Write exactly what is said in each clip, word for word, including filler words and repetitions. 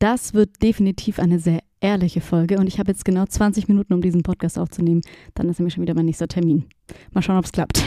Das wird definitiv eine sehr ehrliche Folge und ich habe jetzt genau zwanzig Minuten, um diesen Podcast aufzunehmen. Dann ist nämlich schon wieder mein nächster Termin. Mal schauen, ob es klappt.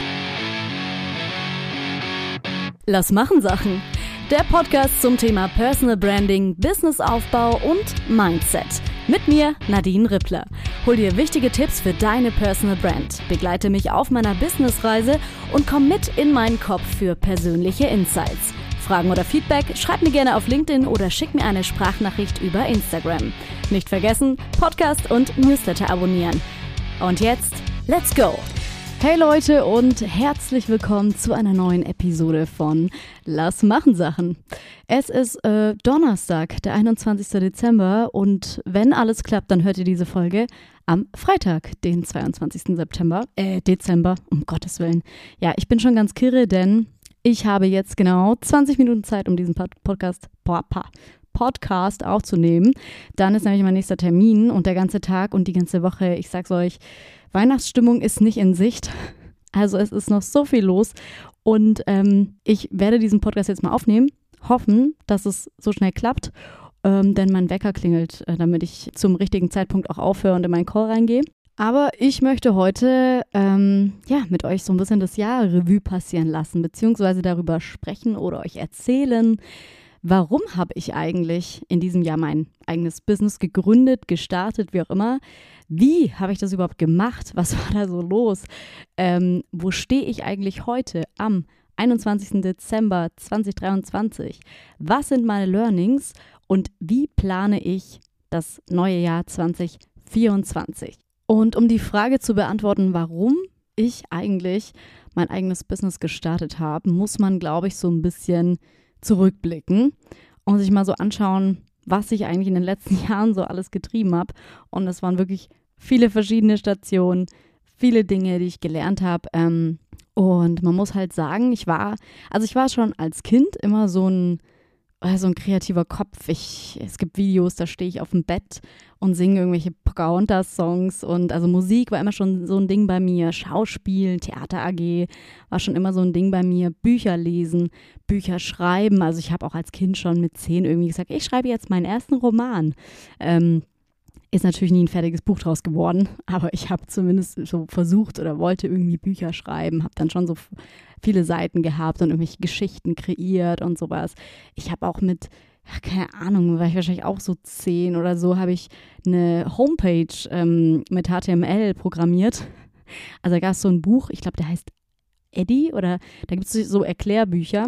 Lass machen Sachen. Der Podcast zum Thema Personal Branding, Businessaufbau und Mindset. Mit mir, Nadine Rippler. Hol dir wichtige Tipps für deine Personal Brand. Begleite mich auf meiner Businessreise und komm mit in meinen Kopf für persönliche Insights. Fragen oder Feedback? Schreib mir gerne auf LinkedIn oder schick mir eine Sprachnachricht über Instagram. Nicht vergessen, Podcast und Newsletter abonnieren. Und jetzt, let's go! Hey Leute und herzlich willkommen zu einer neuen Episode von Lass machen Sachen. Es ist äh, Donnerstag, der einundzwanzigster Dezember und wenn alles klappt, dann hört ihr diese Folge am Freitag, den zweiundzwanzigsten September, äh, Dezember, um Gottes Willen. Ja, ich bin schon ganz kirre, denn ich habe jetzt genau zwanzig Minuten Zeit, um diesen Pod- Podcast, Papa, Podcast aufzunehmen. Dann ist nämlich mein nächster Termin und der ganze Tag und die ganze Woche, ich sag's euch, Weihnachtsstimmung ist nicht in Sicht. Also es ist noch so viel los und ähm, ich werde diesen Podcast jetzt mal aufnehmen, hoffen, dass es so schnell klappt, ähm, denn mein Wecker klingelt, äh, damit ich zum richtigen Zeitpunkt auch aufhöre und in meinen Call reingehe. Aber ich möchte heute ähm, ja, mit euch so ein bisschen das Jahr Revue passieren lassen, beziehungsweise darüber sprechen oder euch erzählen, warum habe ich eigentlich in diesem Jahr mein eigenes Business gegründet, gestartet, wie auch immer. Wie habe ich das überhaupt gemacht? Was war da so los? Ähm, wo stehe ich eigentlich heute am einundzwanzigsten Dezember zweitausenddreiundzwanzig? Was sind meine Learnings und wie plane ich das neue Jahr zwanzig vierundzwanzig? Und um die Frage zu beantworten, warum ich eigentlich mein eigenes Business gestartet habe, muss man, glaube ich, so ein bisschen zurückblicken und sich mal so anschauen, was ich eigentlich in den letzten Jahren so alles getrieben habe. Und es waren wirklich viele verschiedene Stationen, viele Dinge, die ich gelernt habe. Ähm, und man muss halt sagen, ich war, also ich war schon als Kind immer so ein, so ein kreativer Kopf. Ich, es gibt Videos, da stehe ich auf dem Bett und singe irgendwelche Pocahontas-Songs und also Musik war immer schon so ein Ding bei mir. Schauspiel, Theater A G war schon immer so ein Ding bei mir. Bücher lesen, Bücher schreiben. Also ich habe auch als Kind schon mit zehn irgendwie gesagt, ich schreibe jetzt meinen ersten Roman. Ähm, Ist natürlich nie ein fertiges Buch draus geworden, aber ich habe zumindest so versucht oder wollte irgendwie Bücher schreiben, habe dann schon so viele Seiten gehabt und irgendwelche Geschichten kreiert und sowas. Ich habe auch mit, ja, keine Ahnung, war ich wahrscheinlich auch so zehn oder so, habe ich eine Homepage ähm, mit H T M L programmiert. Also da gab es so ein Buch, ich glaube, der heißt Eddie oder da gibt es so Erklärbücher.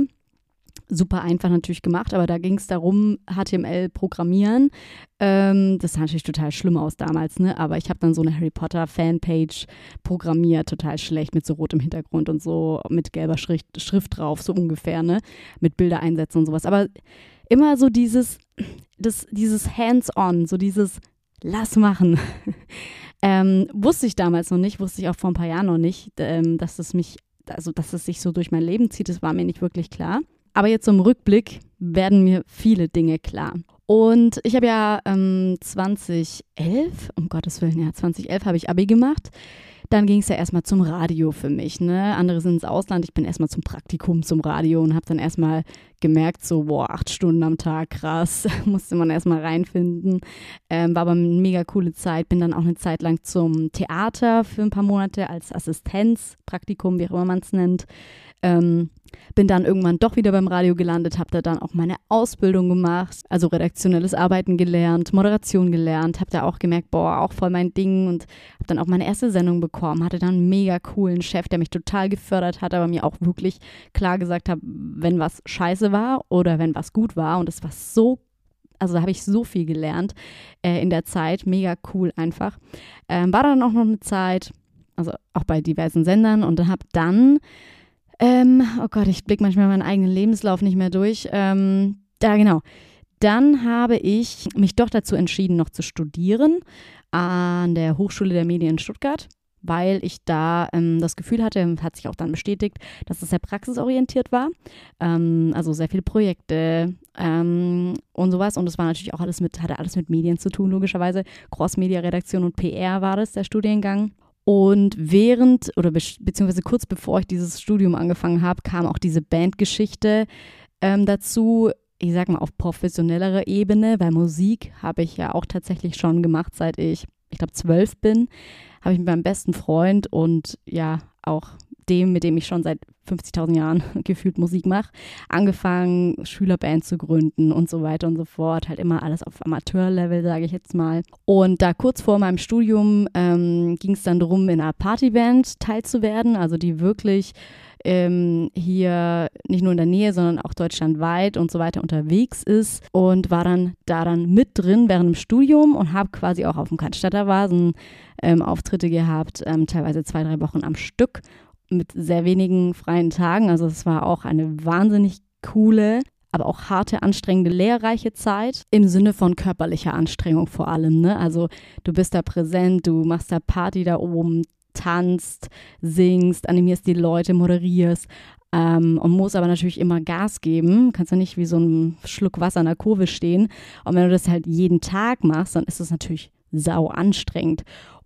Super einfach natürlich gemacht, aber da ging es darum, H T M L programmieren. Ähm, das sah natürlich total schlimm aus damals, ne? Aber ich habe dann so eine Harry Potter Fanpage programmiert, total schlecht, mit so rotem Hintergrund und so, mit gelber Schrift, Schrift drauf, so ungefähr, ne? Mit Bildereinsätzen und sowas. Aber immer so dieses, das, dieses Hands-on, so dieses Lass machen. ähm, wusste ich damals noch nicht, wusste ich auch vor ein paar Jahren noch nicht, ähm, dass das mich, also dass es sich so durch mein Leben zieht, das war mir nicht wirklich klar. Aber jetzt im Rückblick werden mir viele Dinge klar. Und ich habe ja ähm, zweitausendelf, um Gottes Willen, ja, zweitausendelf habe ich Abi gemacht. Dann ging es ja erstmal zum Radio für mich, ne? Andere sind ins Ausland, ich bin erstmal zum Praktikum zum Radio und habe dann erstmal gemerkt, so, boah, acht Stunden am Tag, krass, musste man erstmal reinfinden. Ähm, war aber eine mega coole Zeit, bin dann auch eine Zeit lang zum Theater für ein paar Monate als Assistenzpraktikum, wie auch immer man es nennt. Ähm, bin dann irgendwann doch wieder beim Radio gelandet, habe da dann auch meine Ausbildung gemacht, also redaktionelles Arbeiten gelernt, Moderation gelernt, habe da auch gemerkt, boah, auch voll mein Ding und habe dann auch meine erste Sendung bekommen, hatte dann einen mega coolen Chef, der mich total gefördert hat, aber mir auch wirklich klar gesagt hat, wenn was scheiße war oder wenn was gut war und es war so, also da habe ich so viel gelernt äh, in der Zeit, mega cool einfach. Ähm, war dann auch noch eine Zeit, also auch bei diversen Sendern und habe dann Ähm, oh Gott, ich blicke manchmal meinen eigenen Lebenslauf nicht mehr durch. Ähm, da genau. Dann habe ich mich doch dazu entschieden, noch zu studieren an der Hochschule der Medien in Stuttgart, weil ich da ähm, das Gefühl hatte, hat sich auch dann bestätigt, dass es sehr praxisorientiert war. Ähm, also sehr viele Projekte ähm, und sowas. Und das war natürlich auch alles mit, hatte alles mit Medien zu tun, logischerweise. Cross-Media-Redaktion und P R war das, der Studiengang. Und während oder be- beziehungsweise kurz bevor ich dieses Studium angefangen habe, kam auch diese Bandgeschichte ähm, dazu, ich sag mal, auf professionellerer Ebene, weil Musik habe ich ja auch tatsächlich schon gemacht, seit ich, ich glaube, zwölf bin, habe ich mit meinem besten Freund und ja, auch dem, mit dem ich schon seit fünfzigtausend Jahren gefühlt Musik mache, angefangen, Schülerband zu gründen und so weiter und so fort. Halt immer alles auf Amateurlevel, sage ich jetzt mal. Und da kurz vor meinem Studium ähm, ging es dann darum, in einer Partyband teilzuwerden, also die wirklich ähm, hier nicht nur in der Nähe, sondern auch deutschlandweit und so weiter unterwegs ist und war dann da dann mit drin während dem Studium und habe quasi auch auf dem Cannstatter Vasen ähm, Auftritte gehabt, ähm, teilweise zwei, drei Wochen am Stück mit sehr wenigen freien Tagen. Also es war auch eine wahnsinnig coole, aber auch harte, anstrengende, lehrreiche Zeit im Sinne von körperlicher Anstrengung vor allem. Ne? Also du bist da präsent, du machst da Party da oben, tanzt, singst, animierst die Leute, moderierst ähm, und musst aber natürlich immer Gas geben. Kannst ja nicht wie so ein Schluck Wasser in der Kurve stehen. Und wenn du das halt jeden Tag machst, dann ist das natürlich sau anstrengend.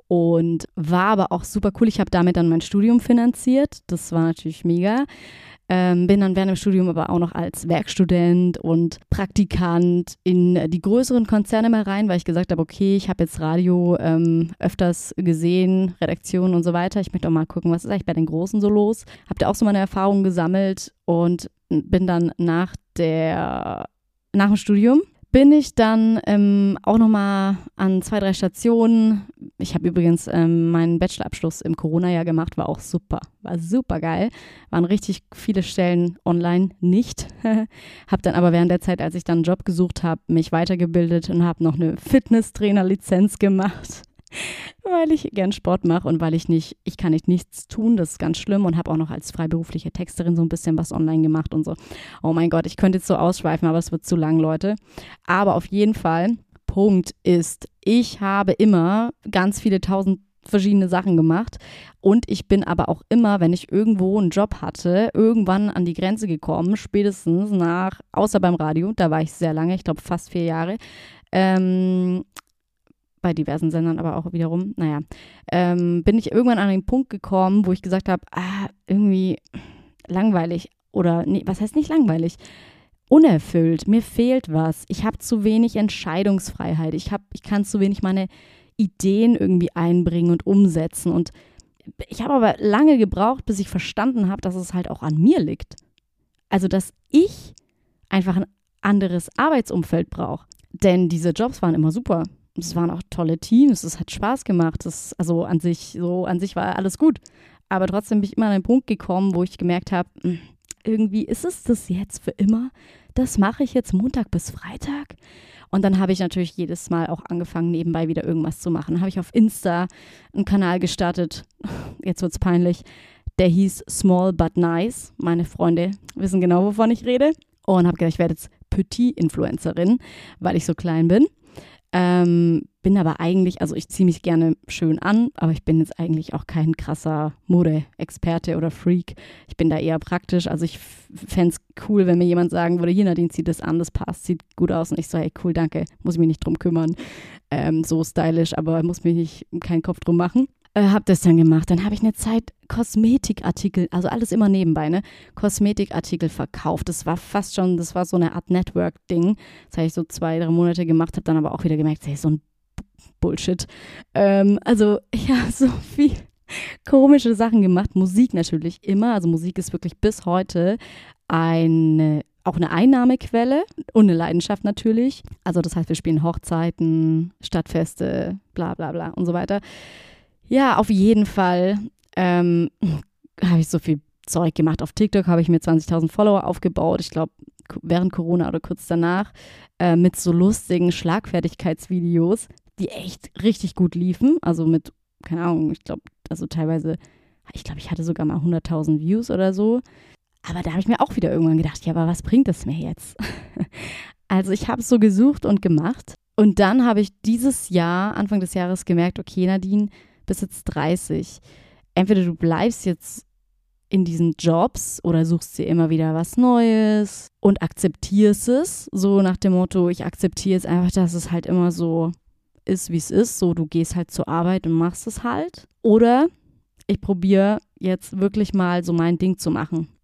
Und war aber auch super cool. Ich habe damit dann mein Studium finanziert. Das war natürlich mega. Ähm, bin dann während dem Studium aber auch noch als Werkstudent und Praktikant in die größeren Konzerne mal rein, weil ich gesagt habe, okay, ich habe jetzt Radio ähm, öfters gesehen, Redaktion und so weiter. Ich möchte auch mal gucken, was ist eigentlich bei den Großen so los. Habe da auch so meine Erfahrungen gesammelt und bin dann nach der, nach dem Studium bin ich dann ähm, auch nochmal an zwei, drei Stationen. Ich habe übrigens ähm, meinen Bachelorabschluss im Corona-Jahr gemacht, war auch super, war super geil. Waren richtig viele Stellen online nicht. Habe dann aber während der Zeit, als ich dann einen Job gesucht habe, mich weitergebildet und habe noch eine Fitnesstrainer-Lizenz gemacht, weil ich gern Sport mache und weil ich nicht, ich kann nicht nichts tun, das ist ganz schlimm und habe auch noch als freiberufliche Texterin so ein bisschen was online gemacht und so. Oh mein Gott, ich könnte jetzt so ausschweifen, aber es wird zu lang, Leute. Aber auf jeden Fall, Punkt ist, ich habe immer ganz viele tausend verschiedene Sachen gemacht und ich bin aber auch immer, wenn ich irgendwo einen Job hatte, irgendwann an die Grenze gekommen, spätestens nach, außer beim Radio, da war ich sehr lange, ich glaube fast vier Jahre, ähm, bei diversen Sendern aber auch wiederum, naja, ähm, bin ich irgendwann an den Punkt gekommen, wo ich gesagt habe, ah, irgendwie langweilig oder, nee, was heißt nicht langweilig? Unerfüllt, mir fehlt was, ich habe zu wenig Entscheidungsfreiheit, ich, hab, ich kann zu wenig meine Ideen irgendwie einbringen und umsetzen und ich habe aber lange gebraucht, bis ich verstanden habe, dass es halt auch an mir liegt. Also, dass ich einfach ein anderes Arbeitsumfeld brauche, denn diese Jobs waren immer super. Es waren auch tolle Teams, es hat Spaß gemacht, das, also an sich, so an sich war alles gut. Aber trotzdem bin ich immer an einen Punkt gekommen, wo ich gemerkt habe, irgendwie ist es das jetzt für immer? Das mache ich jetzt Montag bis Freitag? Und dann habe ich natürlich jedes Mal auch angefangen, nebenbei wieder irgendwas zu machen. Dann habe ich auf Insta einen Kanal gestartet, jetzt wird es peinlich, der hieß Small But Nice. Meine Freunde wissen genau, wovon ich rede. Und habe gedacht, ich werde jetzt Petit-Influencerin, weil ich so klein bin. Ähm, bin aber eigentlich, also ich ziehe mich gerne schön an, aber ich bin jetzt eigentlich auch kein krasser Mode-Experte oder Freak. Ich bin da eher praktisch, also ich fände es cool, wenn mir jemand sagen würde, hier Nadine, zieh das an, das passt, sieht gut aus und ich so, hey cool, danke, muss ich mich nicht drum kümmern, ähm, so stylisch, aber muss mich nicht keinen Kopf drum machen. Äh, hab das dann gemacht. Dann habe ich eine Zeit Kosmetikartikel, also alles immer nebenbei, ne? Kosmetikartikel verkauft. Das war fast schon, das war so eine Art Network-Ding. Das habe ich so zwei, drei Monate gemacht, habe dann aber auch wieder gemerkt, hey, so ein Bullshit. Ähm, also ich habe so viel komische Sachen gemacht. Musik natürlich immer. Also Musik ist wirklich bis heute eine, auch eine Einnahmequelle und eine Leidenschaft natürlich. Also das heißt, wir spielen Hochzeiten, Stadtfeste, bla bla bla und so weiter. Ja, auf jeden Fall ähm, habe ich so viel Zeug gemacht. Auf TikTok habe ich mir zwanzigtausend Follower aufgebaut. Ich glaube, während Corona oder kurz danach äh, mit so lustigen Schlagfertigkeitsvideos, die echt richtig gut liefen. Also mit, keine Ahnung, ich glaube, also teilweise, ich glaube, ich hatte sogar mal hunderttausend Views oder so. Aber da habe ich mir auch wieder irgendwann gedacht, ja, aber was bringt es mir jetzt? Also ich habe es so gesucht und gemacht. Und dann habe ich dieses Jahr, Anfang des Jahres gemerkt, okay, Nadine, bist jetzt dreißig. Entweder du bleibst jetzt in diesen Jobs oder suchst dir immer wieder was Neues und akzeptierst es. So nach dem Motto, ich akzeptiere jetzt einfach, dass es halt immer so ist, wie es ist. So, du gehst halt zur Arbeit und machst es halt. Oder ich probiere jetzt wirklich mal so mein Ding zu machen.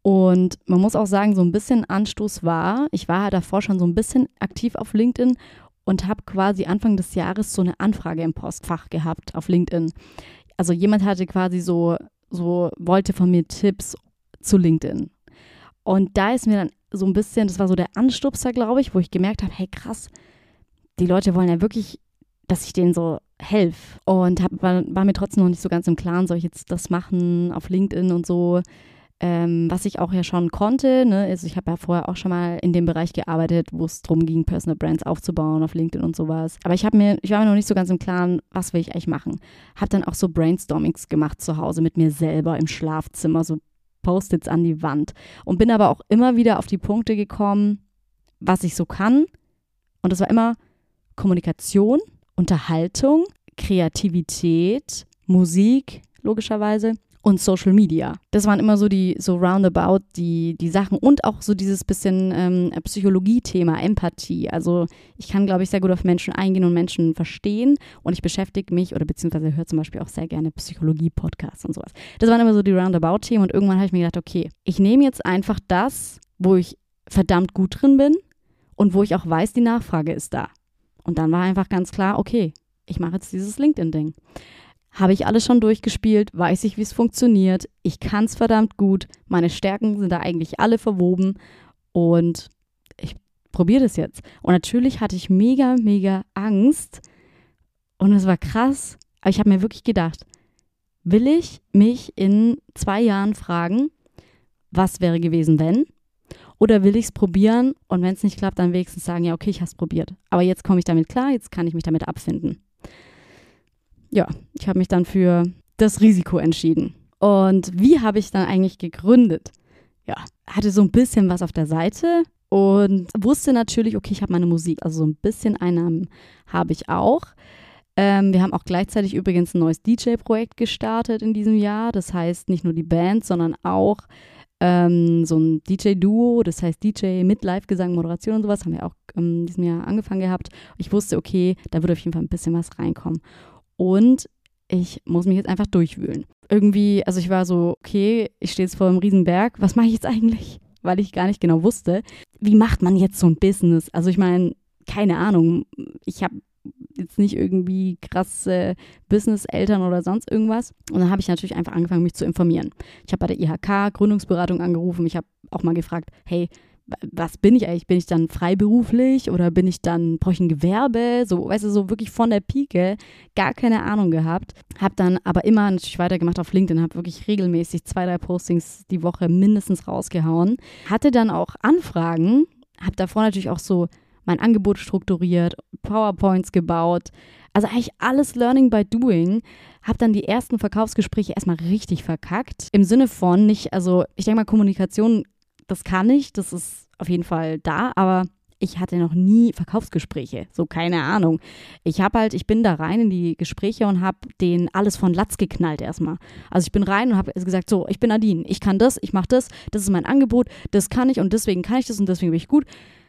Und man muss auch sagen, so ein bisschen Anstoß war, ich war halt davor schon so ein bisschen aktiv auf LinkedIn und habe quasi Anfang des Jahres so eine Anfrage im Postfach gehabt auf LinkedIn. Also jemand hatte quasi so, so wollte von mir Tipps zu LinkedIn. Und da ist mir dann so ein bisschen, das war so der Anstupser, glaube ich, wo ich gemerkt habe, hey krass, die Leute wollen ja wirklich, dass ich denen so helfe. Und hab, war, war mir trotzdem noch nicht so ganz im Klaren, soll ich jetzt das machen auf LinkedIn und so. Ähm, was ich auch ja schon konnte, ne, also ich habe ja vorher auch schon mal in dem Bereich gearbeitet, wo es darum ging, Personal Brands aufzubauen auf LinkedIn und sowas. Aber ich habe mir, ich war mir noch nicht so ganz im Klaren, was will ich eigentlich machen. Habe dann auch so Brainstormings gemacht zu Hause mit mir selber im Schlafzimmer, so Post-its an die Wand. Und bin aber auch immer wieder auf die Punkte gekommen, was ich so kann. Und das war immer Kommunikation, Unterhaltung, Kreativität, Musik, logischerweise. Und Social Media. Das waren immer so die, so roundabout die, die Sachen und auch so dieses bisschen ähm, Psychologie-Thema, Empathie. Also ich kann, glaube ich, sehr gut auf Menschen eingehen und Menschen verstehen und ich beschäftige mich oder beziehungsweise höre zum Beispiel auch sehr gerne Psychologie-Podcasts und sowas. Das waren immer so die roundabout-Themen und irgendwann habe ich mir gedacht, okay, ich nehme jetzt einfach das, wo ich verdammt gut drin bin und wo ich auch weiß, die Nachfrage ist da. Und dann war einfach ganz klar, okay, ich mache jetzt dieses LinkedIn-Ding. Habe ich alles schon durchgespielt, weiß ich, wie es funktioniert, ich kann es verdammt gut, meine Stärken sind da eigentlich alle verwoben und ich probiere das jetzt. Und natürlich hatte ich mega, mega Angst und es war krass, aber ich habe mir wirklich gedacht, will ich mich in zwei Jahren fragen, was wäre gewesen, wenn? Oder will ich es probieren und wenn es nicht klappt, dann wenigstens sagen, ja okay, ich habe es probiert. Aber jetzt komme ich damit klar, jetzt kann ich mich damit abfinden. Ja, ich habe mich dann für das Risiko entschieden. Und wie habe ich dann eigentlich gegründet? Ja, hatte so ein bisschen was auf der Seite und wusste natürlich, okay, ich habe meine Musik, also so ein bisschen Einnahmen habe ich auch. Ähm, wir haben auch gleichzeitig übrigens ein neues D J-Projekt gestartet in diesem Jahr. Das heißt nicht nur die Band, sondern auch ähm, so ein D J-Duo, das heißt D J mit Live-Gesang, Moderation und sowas, haben wir auch ähm, in diesem Jahr angefangen gehabt. Ich wusste, okay, da würde auf jeden Fall ein bisschen was reinkommen. Und ich muss mich jetzt einfach durchwühlen. Irgendwie, also ich war so, okay, ich stehe jetzt vor einem Riesenberg, was mache ich jetzt eigentlich? Weil ich gar nicht genau wusste, wie macht man jetzt so ein Business? Also ich meine, keine Ahnung, ich habe jetzt nicht irgendwie krasse Business-Eltern oder sonst irgendwas. Und dann habe ich natürlich einfach angefangen, mich zu informieren. Ich habe bei der I H K Gründungsberatung angerufen. Ich habe auch mal gefragt, hey, was bin ich eigentlich? Bin ich dann freiberuflich oder bin ich dann, brauche ich ein Gewerbe? So, weißt du, so wirklich von der Pike, gar keine Ahnung gehabt. Hab dann aber immer natürlich weitergemacht auf LinkedIn, habe wirklich regelmäßig zwei, drei Postings die Woche mindestens rausgehauen. Hatte dann auch Anfragen, habe davor natürlich auch so mein Angebot strukturiert, PowerPoints gebaut. Also eigentlich alles Learning by Doing. Habe dann die ersten Verkaufsgespräche erstmal richtig verkackt. Im Sinne von nicht, also ich denke mal Kommunikation, das kann ich, das ist auf jeden Fall da, aber ich hatte noch nie Verkaufsgespräche, so keine Ahnung. Ich habe halt, ich bin da rein in die Gespräche und habe denen alles von Latz geknallt erstmal. Also ich bin rein und habe gesagt, so, ich bin Nadine, ich kann das, ich mache das, das ist mein Angebot, das kann ich und deswegen kann ich das und deswegen bin ich gut.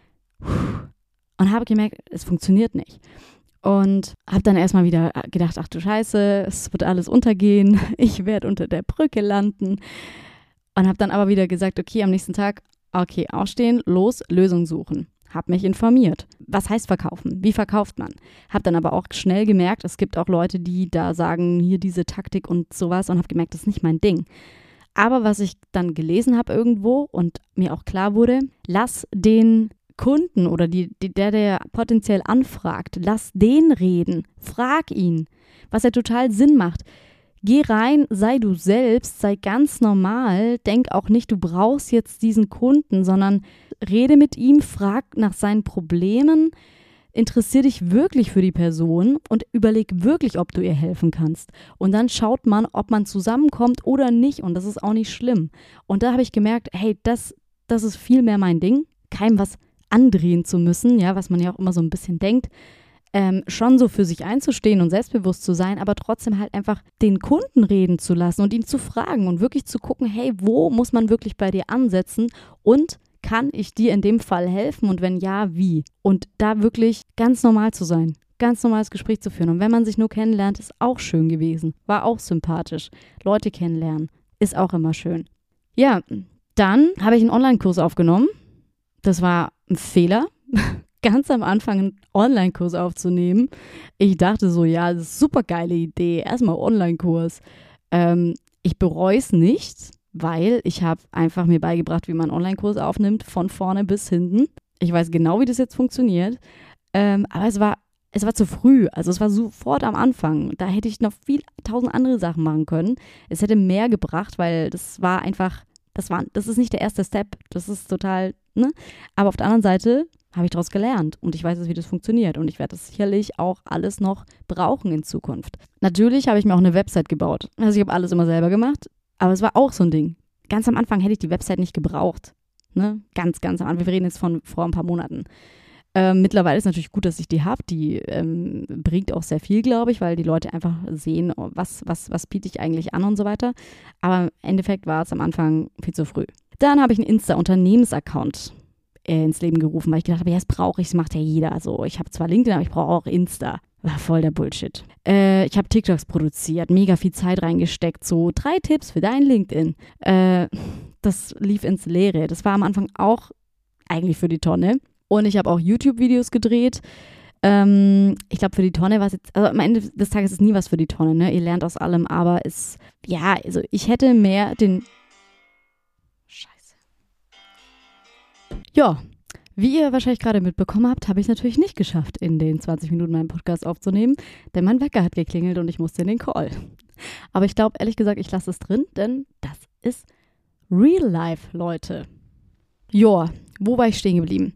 Und habe gemerkt, es funktioniert nicht. Und habe dann erstmal wieder gedacht, ach du Scheiße, es wird alles untergehen, ich werde unter der Brücke landen. Und habe dann aber wieder gesagt, okay, am nächsten Tag, okay, aufstehen, los, Lösung suchen. Habe mich informiert. Was heißt verkaufen? Wie verkauft man? Habe dann aber auch schnell gemerkt, es gibt auch Leute, die da sagen, hier diese Taktik und sowas und habe gemerkt, das ist nicht mein Ding. Aber was ich dann gelesen habe irgendwo und mir auch klar wurde, lass den Kunden oder die, die, der, der potenziell anfragt, lass den reden. Frag ihn, was ja total Sinn macht. Geh rein, sei du selbst, sei ganz normal, denk auch nicht, du brauchst jetzt diesen Kunden, sondern rede mit ihm, frag nach seinen Problemen, interessier dich wirklich für die Person und überleg wirklich, ob du ihr helfen kannst. Und dann schaut man, ob man zusammenkommt oder nicht und das ist auch nicht schlimm. Und da habe ich gemerkt, hey, das, das ist viel mehr mein Ding, keinem was andrehen zu müssen, ja, was man ja auch immer so ein bisschen denkt. Ähm, schon so für sich einzustehen und selbstbewusst zu sein, aber trotzdem halt einfach den Kunden reden zu lassen und ihn zu fragen und wirklich zu gucken, hey, wo muss man wirklich bei dir ansetzen und kann ich dir in dem Fall helfen und wenn ja, wie? Und da wirklich ganz normal zu sein, ganz normales Gespräch zu führen und wenn man sich nur kennenlernt, ist auch schön gewesen, war auch sympathisch. Leute kennenlernen ist auch immer schön. Ja, Dann habe ich einen Online-Kurs aufgenommen. Das war ein Fehler, ganz am Anfang einen Online-Kurs aufzunehmen. Ich dachte so, ja, das ist eine super geile Idee. Erstmal Online-Kurs. Ähm, ich bereue es nicht, weil ich habe einfach mir beigebracht, wie man einen Online-Kurs aufnimmt, von vorne bis hinten. Ich weiß genau, wie das jetzt funktioniert. Ähm, aber es war, es war zu früh. Also es war sofort am Anfang. Da hätte ich noch viel, tausend andere Sachen machen können. Es hätte mehr gebracht, weil das war einfach, das war, das ist nicht der erste Step. Das ist total, ne? Aber auf der anderen Seite habe ich daraus gelernt und ich weiß jetzt, wie das funktioniert und ich werde das sicherlich auch alles noch brauchen in Zukunft. Natürlich habe ich mir auch eine Website gebaut. Also ich habe alles immer selber gemacht, aber es war auch so ein Ding. Ganz am Anfang hätte ich die Website nicht gebraucht. Ne? Ganz, ganz am Anfang. Wir reden jetzt von vor ein paar Monaten. Ähm, mittlerweile ist es natürlich gut, dass ich die habe. Die ähm, bringt auch sehr viel, glaube ich, weil die Leute einfach sehen, was, was, was biete ich eigentlich an und so weiter. Aber im Endeffekt war es am Anfang viel zu früh. Dann habe ich einen Insta-Unternehmensaccount ins Leben gerufen, weil ich gedacht habe, ja, das brauche ich, das macht ja jeder. Also ich habe zwar LinkedIn, aber ich brauche auch Insta. War voll der Bullshit. Äh, ich habe TikToks produziert, mega viel Zeit reingesteckt, so drei Tipps für dein LinkedIn. Äh, das lief ins Leere. Das war am Anfang auch eigentlich für die Tonne. Und ich habe auch YouTube-Videos gedreht. Ähm, ich glaube, für die Tonne war es jetzt, also am Ende des Tages ist nie was für die Tonne, ne? Ihr lernt aus allem, aber es, ja, also ich hätte mehr den Ja, wie ihr wahrscheinlich gerade mitbekommen habt, habe ich es natürlich nicht geschafft, in den zwanzig Minuten meinen Podcast aufzunehmen, denn mein Wecker hat geklingelt und ich musste in den Call. Aber ich glaube, ehrlich gesagt, ich lasse es drin, denn das ist Real Life, Leute. Joa, wo war ich stehen geblieben?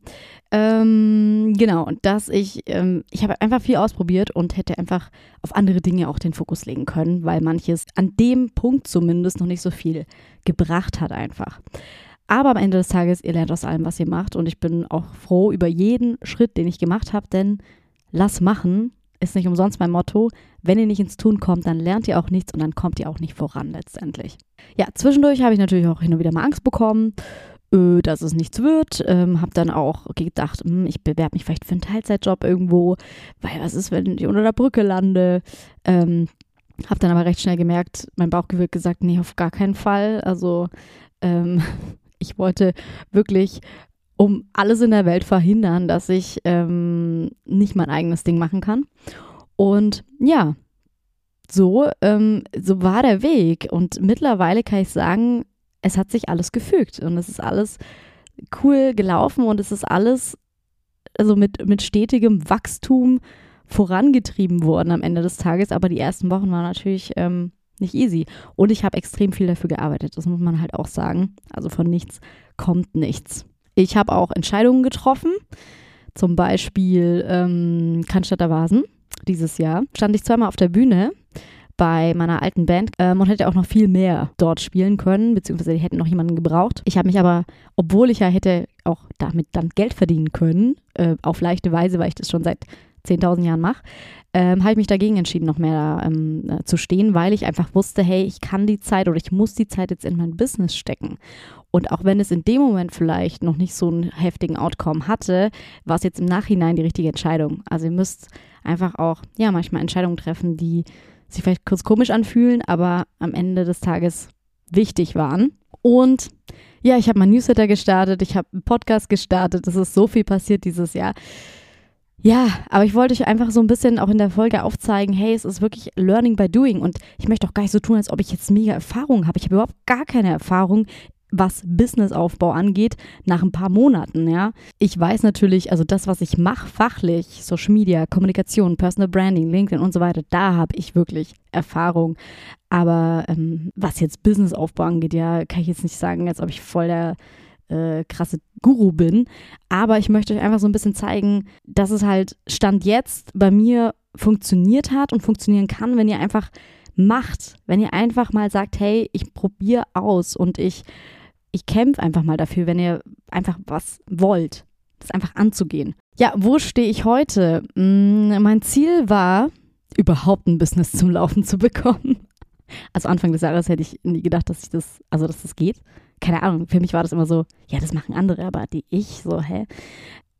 Ähm, genau, dass ich, ähm, ich habe einfach viel ausprobiert und hätte einfach auf andere Dinge auch den Fokus legen können, weil manches an dem Punkt zumindest noch nicht so viel gebracht hat einfach. Aber am Ende des Tages, ihr lernt aus allem, was ihr macht und ich bin auch froh über jeden Schritt, den ich gemacht habe, denn lass machen ist nicht umsonst mein Motto. Wenn ihr nicht ins Tun kommt, dann lernt ihr auch nichts und dann kommt ihr auch nicht voran letztendlich. Ja, zwischendurch habe ich natürlich auch hin und wieder mal Angst bekommen, äh, dass es nichts wird. Ähm, habe dann auch gedacht, mh, ich bewerbe mich vielleicht für einen Teilzeitjob irgendwo, weil was ist, wenn ich unter der Brücke lande? Ähm, habe dann aber recht schnell gemerkt, mein Bauchgefühl hat gesagt, nee, auf gar keinen Fall. Also ähm, ich wollte wirklich um alles in der Welt verhindern, dass ich ähm, nicht mein eigenes Ding machen kann. Und ja, so, ähm, so war der Weg. Und mittlerweile kann ich sagen, es hat sich alles gefügt. Und es ist alles cool gelaufen und es ist alles also mit, mit stetigem Wachstum vorangetrieben worden am Ende des Tages. Aber die ersten Wochen waren natürlich ähm, nicht easy. Und ich habe extrem viel dafür gearbeitet. Das muss man halt auch sagen. Also von nichts kommt nichts. Ich habe auch Entscheidungen getroffen. Zum Beispiel ähm, Cannstatter Vasen dieses Jahr. Stand ich zweimal auf der Bühne bei meiner alten Band ähm, und hätte auch noch viel mehr dort spielen können, beziehungsweise die hätten noch jemanden gebraucht. Ich habe mich aber, obwohl ich ja hätte auch damit dann Geld verdienen können, äh, auf leichte Weise, weil ich das schon seit zehntausend Jahren mache, ähm, habe ich mich dagegen entschieden, noch mehr ähm, äh, zu stehen, weil ich einfach wusste, hey, ich kann die Zeit oder ich muss die Zeit jetzt in mein Business stecken. Und auch wenn es in dem Moment vielleicht noch nicht so einen heftigen Outcome hatte, war es jetzt im Nachhinein die richtige Entscheidung. Also ihr müsst einfach auch, ja, manchmal Entscheidungen treffen, die sich vielleicht kurz komisch anfühlen, aber am Ende des Tages wichtig waren. Und ja, ich habe mein Newsletter gestartet, ich habe einen Podcast gestartet, es ist so viel passiert dieses Jahr. Ja, aber ich wollte euch einfach so ein bisschen auch in der Folge aufzeigen, hey, es ist wirklich Learning by Doing und ich möchte auch gar nicht so tun, als ob ich jetzt mega Erfahrung habe. Ich habe überhaupt gar keine Erfahrung, was Businessaufbau angeht, nach ein paar Monaten, ja. Ich weiß natürlich, also das, was ich mache fachlich, Social Media, Kommunikation, Personal Branding, LinkedIn und so weiter, da habe ich wirklich Erfahrung. Aber ähm, was jetzt Businessaufbau angeht, ja, kann ich jetzt nicht sagen, als ob ich voll der äh, krasse Guru bin. Aber ich möchte euch einfach so ein bisschen zeigen, dass es halt Stand jetzt bei mir funktioniert hat und funktionieren kann, wenn ihr einfach macht, wenn ihr einfach mal sagt, hey, ich probiere aus und ich Ich kämpfe einfach mal dafür, wenn ihr einfach was wollt, das einfach anzugehen. Ja, wo stehe ich heute? Hm, mein Ziel war, überhaupt ein Business zum Laufen zu bekommen. Also Anfang des Jahres hätte ich nie gedacht, dass ich das, also dass das geht. Keine Ahnung, für mich war das immer so, ja, das machen andere, aber die ich so, hä?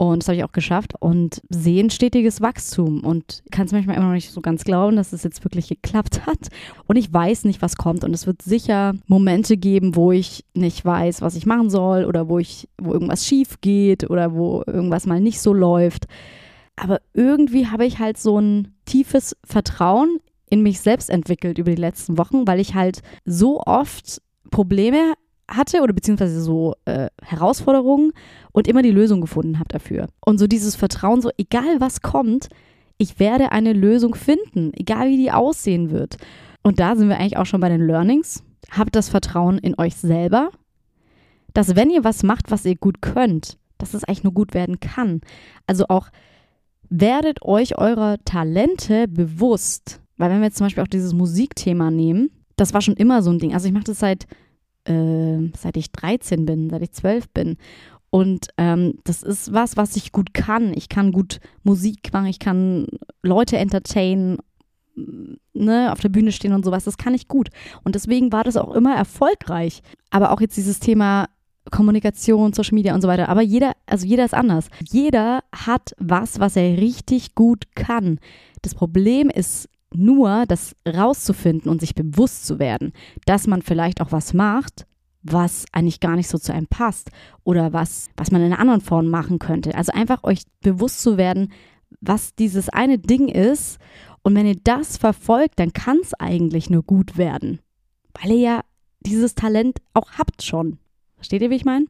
Und das habe ich auch geschafft und sehen stetiges Wachstum und kann es manchmal immer noch nicht so ganz glauben, dass es jetzt wirklich geklappt hat. Und ich weiß nicht, was kommt. Und es wird sicher Momente geben, wo ich nicht weiß, was ich machen soll oder wo ich, wo irgendwas schief geht oder wo irgendwas mal nicht so läuft. Aber irgendwie habe ich halt so ein tiefes Vertrauen in mich selbst entwickelt über die letzten Wochen, weil ich halt so oft Probleme hatte oder beziehungsweise so äh, Herausforderungen und immer die Lösung gefunden habe dafür. Und so dieses Vertrauen, so egal was kommt, ich werde eine Lösung finden, egal wie die aussehen wird. Und da sind wir eigentlich auch schon bei den Learnings. Habt das Vertrauen in euch selber, dass wenn ihr was macht, was ihr gut könnt, dass es eigentlich nur gut werden kann. Also auch werdet euch eurer Talente bewusst. Weil wenn wir jetzt zum Beispiel auch dieses Musikthema nehmen, das war schon immer so ein Ding. Also ich mache das seit Äh, seit ich dreizehn bin, seit ich zwölf bin. Und ähm, das ist was, was ich gut kann. Ich kann gut Musik machen, ich kann Leute entertainen, ne, auf der Bühne stehen und sowas. Das kann ich gut. Und deswegen war das auch immer erfolgreich. Aber auch jetzt dieses Thema Kommunikation, Social Media und so weiter. Aber jeder, also jeder ist anders. Jeder hat was, was er richtig gut kann. Das Problem ist nur, das rauszufinden und sich bewusst zu werden, dass man vielleicht auch was macht, was eigentlich gar nicht so zu einem passt oder was, was man in einer anderen Form machen könnte. Also einfach euch bewusst zu werden, was dieses eine Ding ist, und wenn ihr das verfolgt, dann kann es eigentlich nur gut werden, weil ihr ja dieses Talent auch habt schon. Versteht ihr, wie ich meine?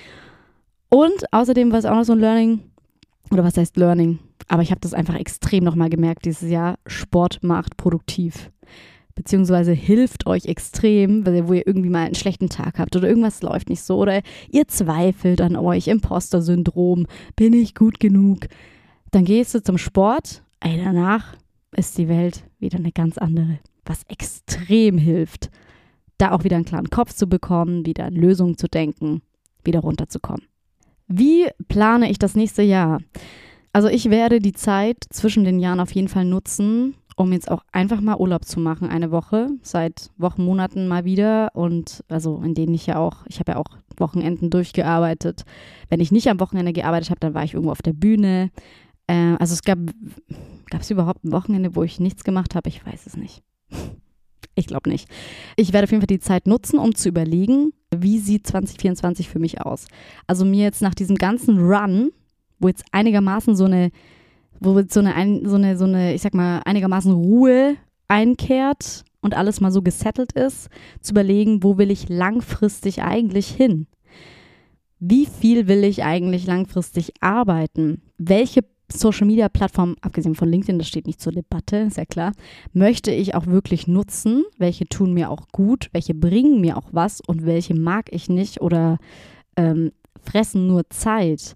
Und außerdem war es auch noch so ein Learning, oder was heißt Learning? Aber ich habe das einfach extrem nochmal gemerkt dieses Jahr. Sport macht produktiv. Beziehungsweise hilft euch extrem, wo ihr irgendwie mal einen schlechten Tag habt oder irgendwas läuft nicht so oder ihr zweifelt an euch, Imposter-Syndrom, bin ich gut genug? Dann gehst du zum Sport, ey, danach ist die Welt wieder eine ganz andere. Was extrem hilft, da auch wieder einen klaren Kopf zu bekommen, wieder an Lösungen zu denken, wieder runterzukommen. Wie plane ich das nächste Jahr? Also ich werde die Zeit zwischen den Jahren auf jeden Fall nutzen, um jetzt auch einfach mal Urlaub zu machen, eine Woche, seit Wochen, Monaten mal wieder, und also in denen ich ja auch, ich habe ja auch Wochenenden durchgearbeitet. Wenn ich nicht am Wochenende gearbeitet habe, dann war ich irgendwo auf der Bühne. Äh, also es gab, gab es überhaupt ein Wochenende, wo ich nichts gemacht habe? Ich weiß es nicht. Ich glaube nicht. Ich werde auf jeden Fall die Zeit nutzen, um zu überlegen, wie sieht zwanzig vierundzwanzig für mich aus. Also mir jetzt nach diesem ganzen Run, wo jetzt einigermaßen so eine, wo jetzt so eine, so eine, so eine, ich sag mal, einigermaßen Ruhe einkehrt und alles mal so gesettelt ist, zu überlegen, wo will ich langfristig eigentlich hin? Wie viel will ich eigentlich langfristig arbeiten? Welche Social-Media-Plattform, abgesehen von LinkedIn, das steht nicht zur Debatte, ist ja klar, möchte ich auch wirklich nutzen? Welche tun mir auch gut? Welche bringen mir auch was? Und welche mag ich nicht oder ähm, fressen nur Zeit?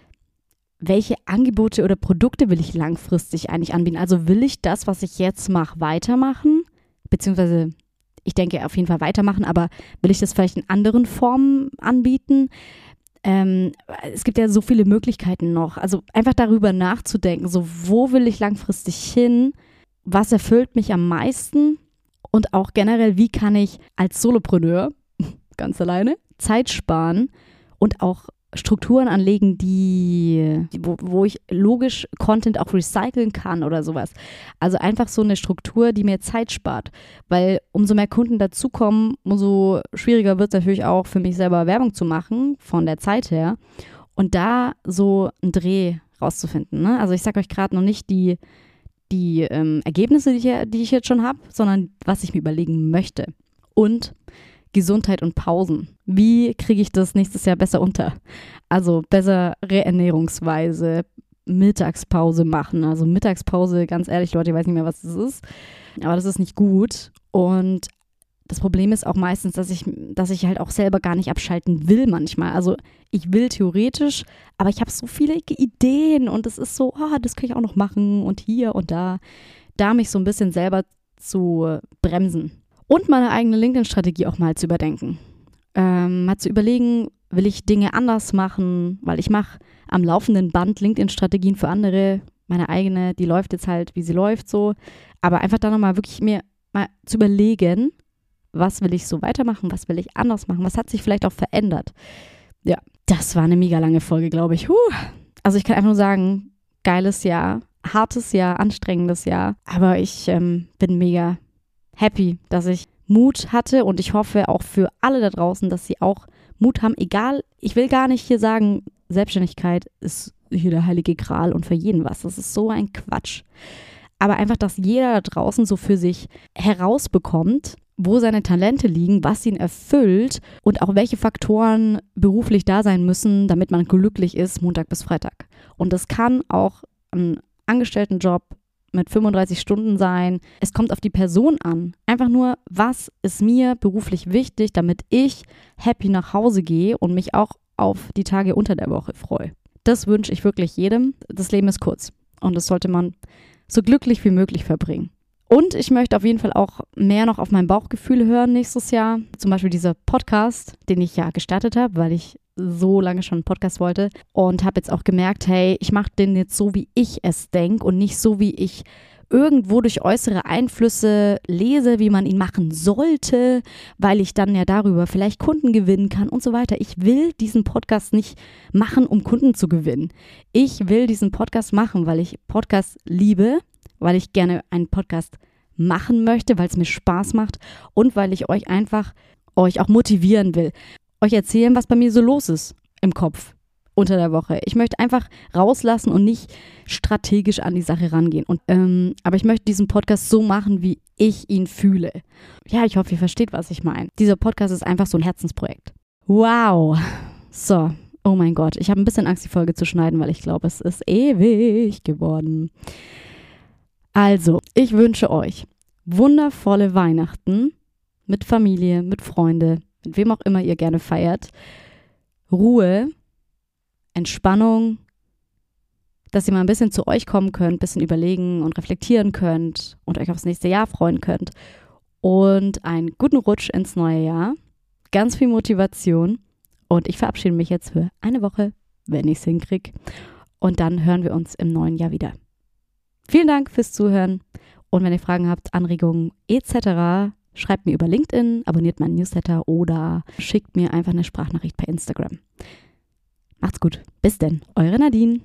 Welche Angebote oder Produkte will ich langfristig eigentlich anbieten? Also will ich das, was ich jetzt mache, weitermachen? Beziehungsweise, ich denke auf jeden Fall weitermachen, aber will ich das vielleicht in anderen Formen anbieten? Ähm, es gibt ja so viele Möglichkeiten noch. Also einfach darüber nachzudenken, so wo will ich langfristig hin? Was erfüllt mich am meisten? Und auch generell, wie kann ich als Solopreneur, ganz alleine, Zeit sparen und auch Strukturen anlegen, die, wo, wo ich logisch Content auch recyceln kann oder sowas. Also einfach so eine Struktur, die mir Zeit spart. Weil umso mehr Kunden dazukommen, umso schwieriger wird es natürlich auch für mich selber Werbung zu machen, von der Zeit her. Und da so einen Dreh rauszufinden. Ne? Also ich sage euch gerade noch nicht die, die ähm, Ergebnisse, die ich, die ich jetzt schon habe, sondern was ich mir überlegen möchte. Und Gesundheit und Pausen. Wie kriege ich das nächstes Jahr besser unter? Also bessere Ernährungsweise, Mittagspause machen. Also Mittagspause, ganz ehrlich, Leute, ich weiß nicht mehr, was das ist, aber das ist nicht gut. Und das Problem ist auch meistens, dass ich, dass ich halt auch selber gar nicht abschalten will manchmal. Also ich will theoretisch, aber ich habe so viele Ideen und es ist so, oh, das kann ich auch noch machen und hier und da. Da mich so ein bisschen selber zu bremsen. Und meine eigene LinkedIn-Strategie auch mal zu überdenken. Ähm, mal zu überlegen, will ich Dinge anders machen, weil ich mache am laufenden Band LinkedIn-Strategien für andere. Meine eigene, die läuft jetzt halt, wie sie läuft so. Aber einfach da nochmal wirklich mir mal zu überlegen, was will ich so weitermachen, was will ich anders machen, was hat sich vielleicht auch verändert. Ja, das war eine mega lange Folge, glaube ich. Huh. Also ich kann einfach nur sagen, geiles Jahr, hartes Jahr, anstrengendes Jahr. Aber ich ähm, bin mega happy, dass ich Mut hatte und ich hoffe auch für alle da draußen, dass sie auch Mut haben. Egal, ich will gar nicht hier sagen, Selbstständigkeit ist hier der heilige Gral und für jeden was. Das ist so ein Quatsch. Aber einfach, dass jeder da draußen so für sich herausbekommt, wo seine Talente liegen, was ihn erfüllt und auch welche Faktoren beruflich da sein müssen, damit man glücklich ist, Montag bis Freitag. Und das kann auch ein Angestelltenjob mit fünfunddreißig Stunden sein. Es kommt auf die Person an. Einfach nur, was ist mir beruflich wichtig, damit ich happy nach Hause gehe und mich auch auf die Tage unter der Woche freue. Das wünsche ich wirklich jedem. Das Leben ist kurz und das sollte man so glücklich wie möglich verbringen. Und ich möchte auf jeden Fall auch mehr noch auf mein Bauchgefühl hören nächstes Jahr. Zum Beispiel dieser Podcast, den ich ja gestartet habe, weil ich so lange schon einen Podcast wollte. Und habe jetzt auch gemerkt, hey, ich mache den jetzt so, wie ich es denke und nicht so, wie ich irgendwo durch äußere Einflüsse lese, wie man ihn machen sollte, weil ich dann ja darüber vielleicht Kunden gewinnen kann und so weiter. Ich will diesen Podcast nicht machen, um Kunden zu gewinnen. Ich will diesen Podcast machen, weil ich Podcasts liebe, weil ich gerne einen Podcast machen möchte, weil es mir Spaß macht und weil ich euch einfach, euch auch motivieren will. Euch erzählen, was bei mir so los ist im Kopf unter der Woche. Ich möchte einfach rauslassen und nicht strategisch an die Sache rangehen. Und, ähm, aber ich möchte diesen Podcast so machen, wie ich ihn fühle. Ja, ich hoffe, ihr versteht, was ich meine. Dieser Podcast ist einfach so ein Herzensprojekt. Wow. So, oh mein Gott. Ich habe ein bisschen Angst, die Folge zu schneiden, weil ich glaube, es ist ewig geworden. Also, ich wünsche euch wundervolle Weihnachten mit Familie, mit Freunden, mit wem auch immer ihr gerne feiert. Ruhe, Entspannung, dass ihr mal ein bisschen zu euch kommen könnt, ein bisschen überlegen und reflektieren könnt und euch aufs nächste Jahr freuen könnt. Und einen guten Rutsch ins neue Jahr, ganz viel Motivation und ich verabschiede mich jetzt für eine Woche, wenn ich es hinkriege. Und dann hören wir uns im neuen Jahr wieder. Vielen Dank fürs Zuhören und wenn ihr Fragen habt, Anregungen et cetera, schreibt mir über LinkedIn, abonniert meinen Newsletter oder schickt mir einfach eine Sprachnachricht per Instagram. Macht's gut. Bis denn, eure Nadine.